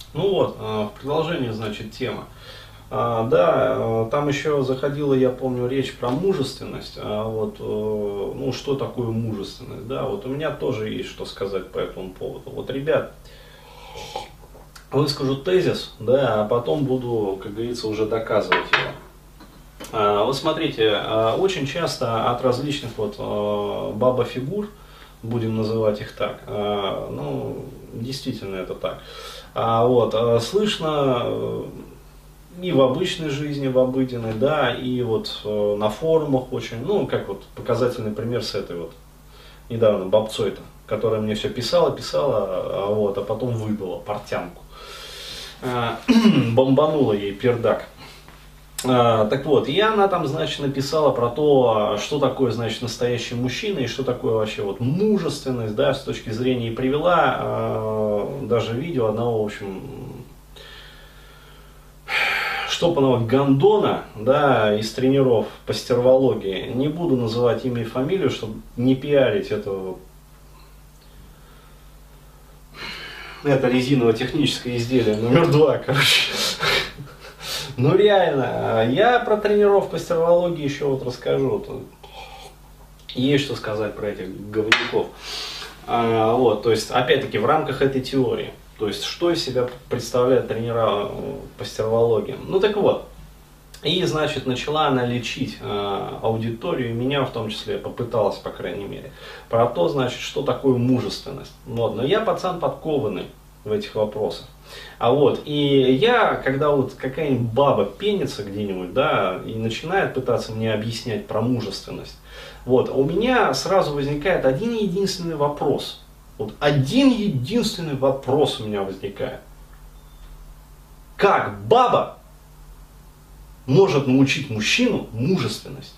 Ну вот, в продолжение, значит, тема. Да, там еще заходила, я помню, речь про мужественность. Ну, что такое мужественность? Да, вот у меня тоже есть что сказать по этому поводу. Вот, ребят, выскажу тезис, да, а потом буду, как говорится, уже доказывать его. Вот смотрите, очень часто от различных вот баба-фигур, будем называть их так, ну, действительно это так, слышно и в обычной жизни, в обыденной, да, и вот на форумах очень, ну, как вот показательный пример с этой вот недавно бабцой-то, которая мне все писала, а потом выдала портянку. Бомбанула ей пердак. Так вот, и она там, значит, написала про то, что такое, значит, настоящий мужчина и что такое вообще вот мужественность, да, с точки зрения, и привела даже видео одного, в общем, штопанного гондона, да, из тренеров по стервологии. Не буду называть имя и фамилию, чтобы не пиарить этого. Это резиново-техническое изделие номер 2, короче. Ну реально, я про тренеров по стервологии еще вот расскажу. Есть что сказать про этих говнюков. То есть, опять-таки, в рамках этой теории. То есть, что из себя представляют тренера по стервологии. Ну так вот. И, значит, начала она лечить аудиторию, меня в том числе, попыталась, по крайней мере, про то, значит, что такое мужественность. Вот. Но я пацан подкованный в этих вопросах. И я, когда вот какая-нибудь баба пенится где-нибудь, да, и начинает пытаться мне объяснять про мужественность, у меня сразу возникает один единственный вопрос. Вот один единственный вопрос у меня возникает. Как баба может научить мужчину мужественность?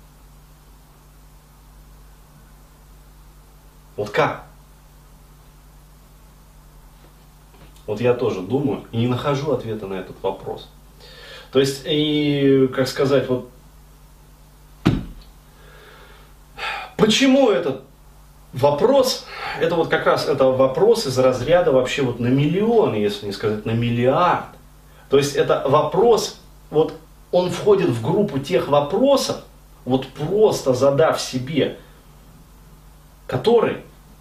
Вот как? Вот я тоже думаю и не нахожу ответа на этот вопрос. То есть, и, как сказать, вот, почему этот вопрос, это вот как раз это вопрос из разряда вообще вот на миллион, если не сказать на миллиард. То есть, это вопрос, вот, он входит в группу тех вопросов, вот просто задав себе, который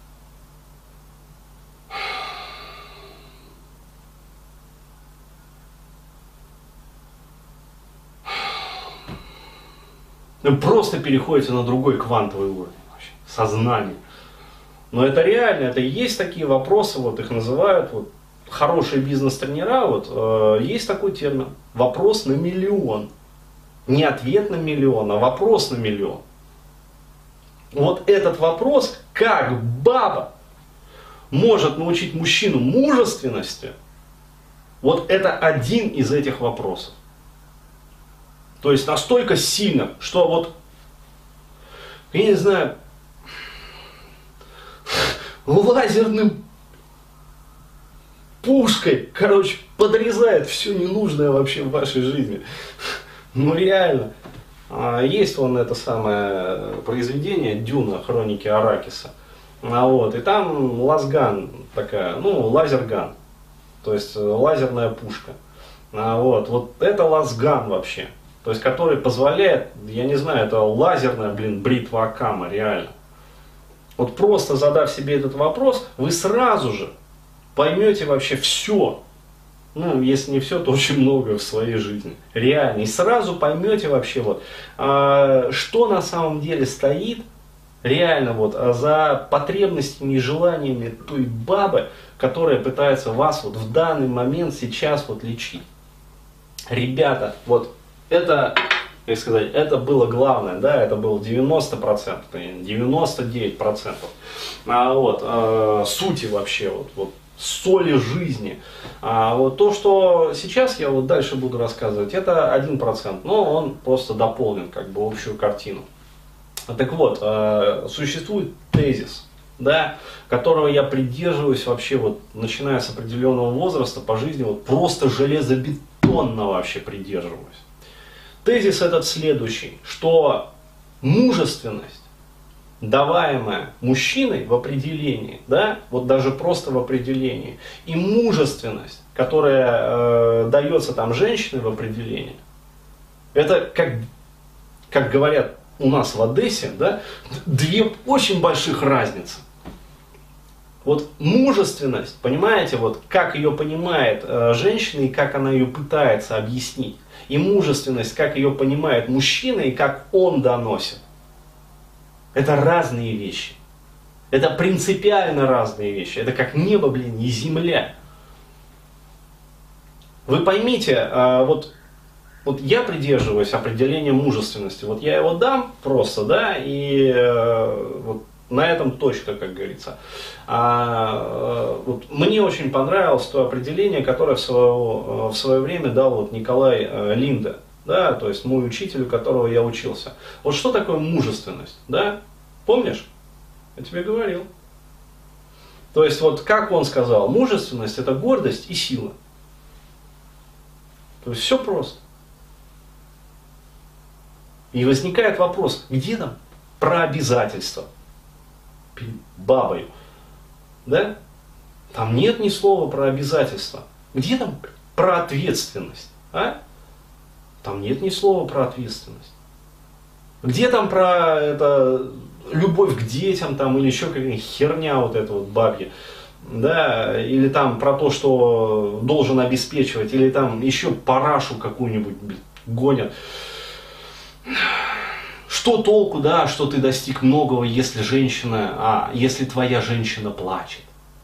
просто переходите на другой квантовый уровень вообще, сознания. Но это реально, это и есть такие вопросы, вот их называют, вот, хорошие бизнес-тренера, вот, есть такой термин, вопрос на миллион. Не ответ на миллион, а вопрос на миллион. Вот этот вопрос, как баба может научить мужчину мужественности, вот это один из этих вопросов. То есть настолько сильно, что вот, я не знаю, лазерным пушкой, короче, подрезает все ненужное вообще в вашей жизни. Ну реально. Есть вон это самое произведение «Дюна. Хроники Аракиса». И там лазган такая, ну, лазерган. То есть лазерная пушка. Вот это лазган вообще. То есть, который позволяет, я не знаю, это лазерная, бритва Акама, реально. Вот просто задав себе этот вопрос, вы сразу же поймете вообще все. Ну, если не все, то очень многое в своей жизни. Реально. И сразу поймете вообще, что на самом деле стоит, реально, за потребностями и желаниями той бабы, которая пытается вас в данный момент сейчас лечить. Ребята, это, как сказать, это было главное, да, это было 90%, 99%. Сути вообще, соли жизни. То, что сейчас я дальше буду рассказывать, это 1%, но он просто дополнен общую картину. Так вот, существует тезис, да, которого я придерживаюсь вообще начиная с определенного возраста по жизни, просто железобетонно вообще придерживаюсь. Тезис этот следующий, что мужественность даваемое мужчиной в определении, да, вот даже просто в определении, и мужественность, которая дается там женщиной в определении, это, как говорят у нас в Одессе, да, две очень больших разницы. Вот мужественность, понимаете, вот как ее понимает женщина и как она ее пытается объяснить. И мужественность, как ее понимает мужчина и как он доносит. Это разные вещи. Это принципиально разные вещи. Это как небо, блин, и земля. Вы поймите, вот я придерживаюсь определения мужественности. Вот я его дам просто, да, и вот на этом точка, как говорится. Вот мне очень понравилось то определение, которое в свое время дал вот Николай Линде, да, то есть мой учитель, у которого я учился. Вот что такое мужественность, да? Помнишь? Я тебе говорил. То есть вот как он сказал, мужественность это гордость и сила. То есть все просто. И возникает вопрос, где там про обязательства? Перед бабой. Да? Там нет ни слова про обязательства. Где там про ответственность? А? Там нет ни слова про ответственность. Где там про это, любовь к детям там, или еще какая-то херня вот эта вот бабья? Да? Или там про то, что должен обеспечивать, или там еще парашу какую-нибудь гонят. Что толку, да, что ты достиг многого, если если твоя женщина плачет?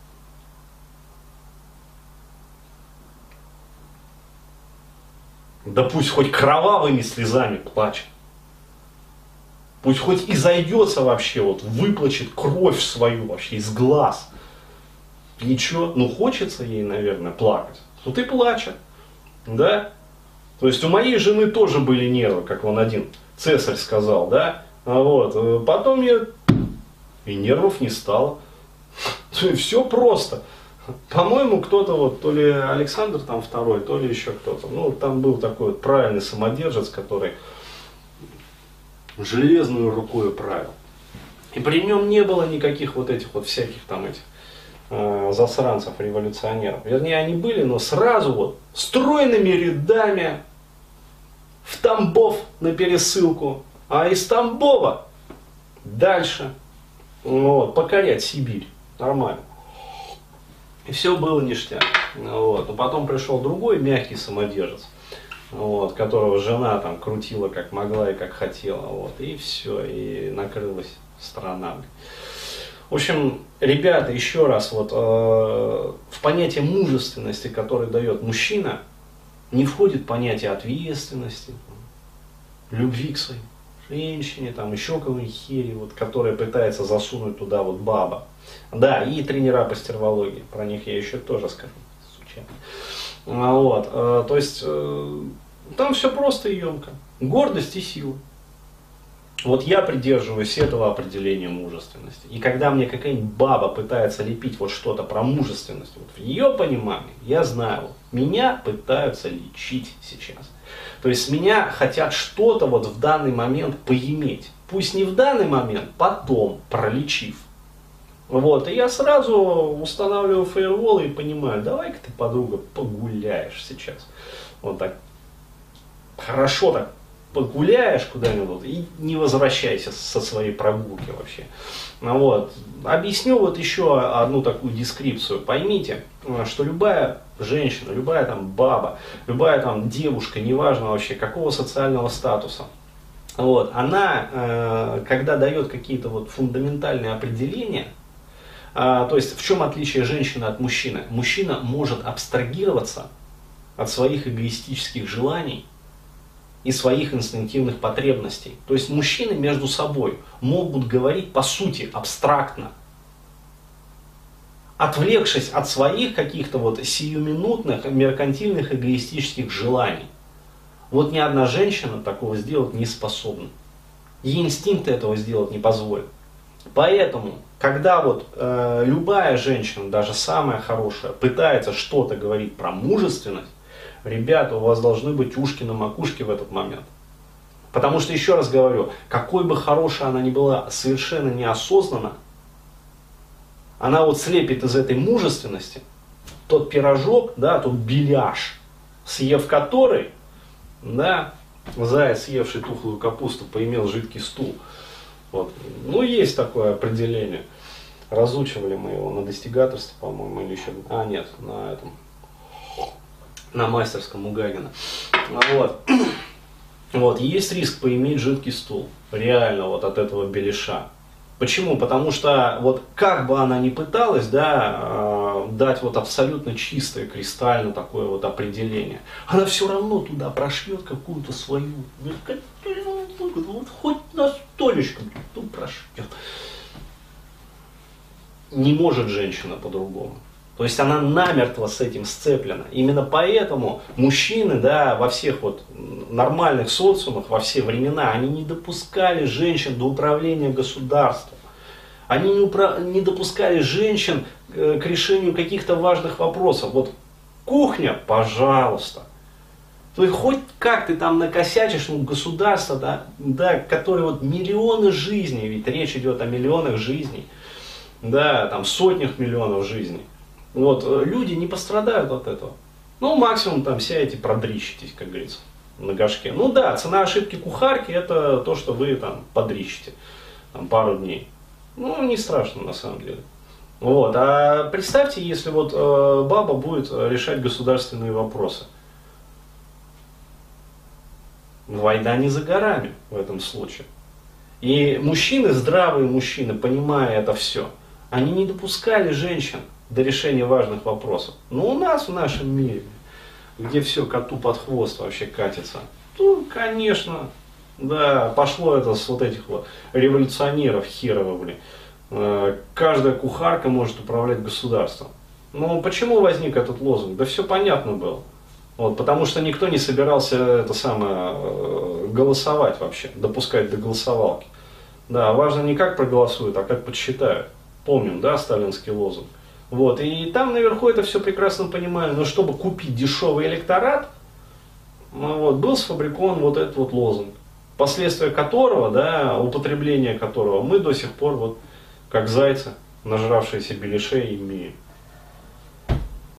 Да пусть хоть кровавыми слезами плачет. Пусть хоть и зайдется вообще, вот выплачет кровь свою вообще из глаз. Ничего, ну хочется ей, наверное, плакать. Вот и плачет, да? То есть у моей жены тоже были нервы, как он один цесарь сказал, да? Вот. Потом и нервов не стало. Все просто. По-моему, кто-то вот, то ли Александр там второй, то ли еще кто-то. Ну, там был такой вот правильный самодержец, который железную рукой правил. И при нем не было никаких вот этих вот всяких там этих засранцев, революционеров. Вернее, они были, но сразу вот стройными рядами в Тамбов на пересылку, а из Тамбова дальше вот, покорять Сибирь. Нормально. И все было ништяк. Вот. Но потом пришел другой мягкий самодержец, вот, которого жена там крутила как могла и как хотела. Вот. И все, и накрылась страна. В общем, ребята, еще раз, вот, в понятие мужественности, которое дает мужчина, не входит понятие ответственности, любви к своей женщине, там еще кого-нибудь хери, вот, которая пытается засунуть туда вот баба. Да, и тренера по стервологии, про них я еще тоже скажу. Вот, то есть, там все просто и емко. Гордость и сила. Вот я придерживаюсь этого определения мужественности. И когда мне какая-нибудь баба пытается лепить вот что-то про мужественность, вот в ее понимании, я знаю, вот, меня пытаются лечить сейчас. То есть с меня хотят что-то вот в данный момент поиметь. Пусть не в данный момент, потом пролечив. Вот, и я сразу устанавливаю фаерволы и понимаю, давай-ка ты, подруга, погуляешь сейчас. Вот так. Хорошо так. Погуляешь куда-нибудь и не возвращайся со своей прогулки вообще. Вот. Объясню вот еще одну такую дескрипцию. Поймите, что любая женщина, любая там баба, любая там девушка, неважно вообще какого социального статуса, вот, она, когда дает какие-то вот фундаментальные определения, то есть в чем отличие женщины от мужчины? Мужчина может абстрагироваться от своих эгоистических желаний и своих инстинктивных потребностей. То есть мужчины между собой могут говорить по сути абстрактно, отвлекшись от своих каких-то вот сиюминутных, меркантильных, эгоистических желаний. Вот ни одна женщина такого сделать не способна. Ей инстинкты этого сделать не позволят. Поэтому, когда вот любая женщина, даже самая хорошая, пытается что-то говорить про мужественность, ребята, у вас должны быть ушки на макушке в этот момент. Потому что, еще раз говорю, какой бы хорошей она ни была, совершенно неосознанно, она вот слепит из этой мужественности тот пирожок, да, тот беляш, съев который, да, заяц, съевший тухлую капусту, поимел жидкий стул. Вот. Ну, есть такое определение. Разучивали мы его на достигаторстве, по-моему, или еще... нет, на этом... На мастерском у Гагина. Вот. Вот. Есть риск поиметь жидкий стул. Реально вот от этого беляша. Почему? Потому что вот как бы она ни пыталась, да, дать вот абсолютно чистое, кристально такое вот определение, она все равно туда прошьет какую-то свою, вот хоть на столечко тут прошьет. Не может женщина по-другому. То есть она намертво с этим сцеплена. Именно поэтому мужчины, да, во всех вот нормальных социумах, во все времена, они не допускали женщин до управления государством. Они не допускали женщин к решению каких-то важных вопросов. Вот кухня, пожалуйста. То есть хоть как ты там накосячишь, ну, государство, да, которое вот миллионы жизней, ведь речь идет о миллионах жизней, да, там сотнях миллионов жизней. Вот, люди не пострадают от этого. Ну, максимум там сядете, продрищитесь, как говорится, на горшке. Ну да, цена ошибки кухарки — это то, что вы там подрищите там, пару дней. Ну, не страшно на самом деле. Вот, а представьте, если вот баба будет решать государственные вопросы. Война не за горами в этом случае. И мужчины, здравые мужчины, понимая это все, они не допускали женщин до решения важных вопросов. Но у нас в нашем мире, где все коту под хвост вообще катится, ну, конечно, да, пошло это с вот этих вот революционеров херово, блин. Каждая кухарка может управлять государством. Ну, почему возник этот лозунг? Да все понятно было. Вот, потому что никто не собирался это самое голосовать вообще, допускать до голосовалки. Да, важно не как проголосуют, а как подсчитают. Помним, да, сталинский лозунг. Вот, и там наверху это все прекрасно понимали, но чтобы купить дешевый электорат, вот, был сфабрикован вот этот вот лозунг, последствия которого, да, употребление которого мы до сих пор, вот, как зайцы, нажравшиеся беляшей, имеем.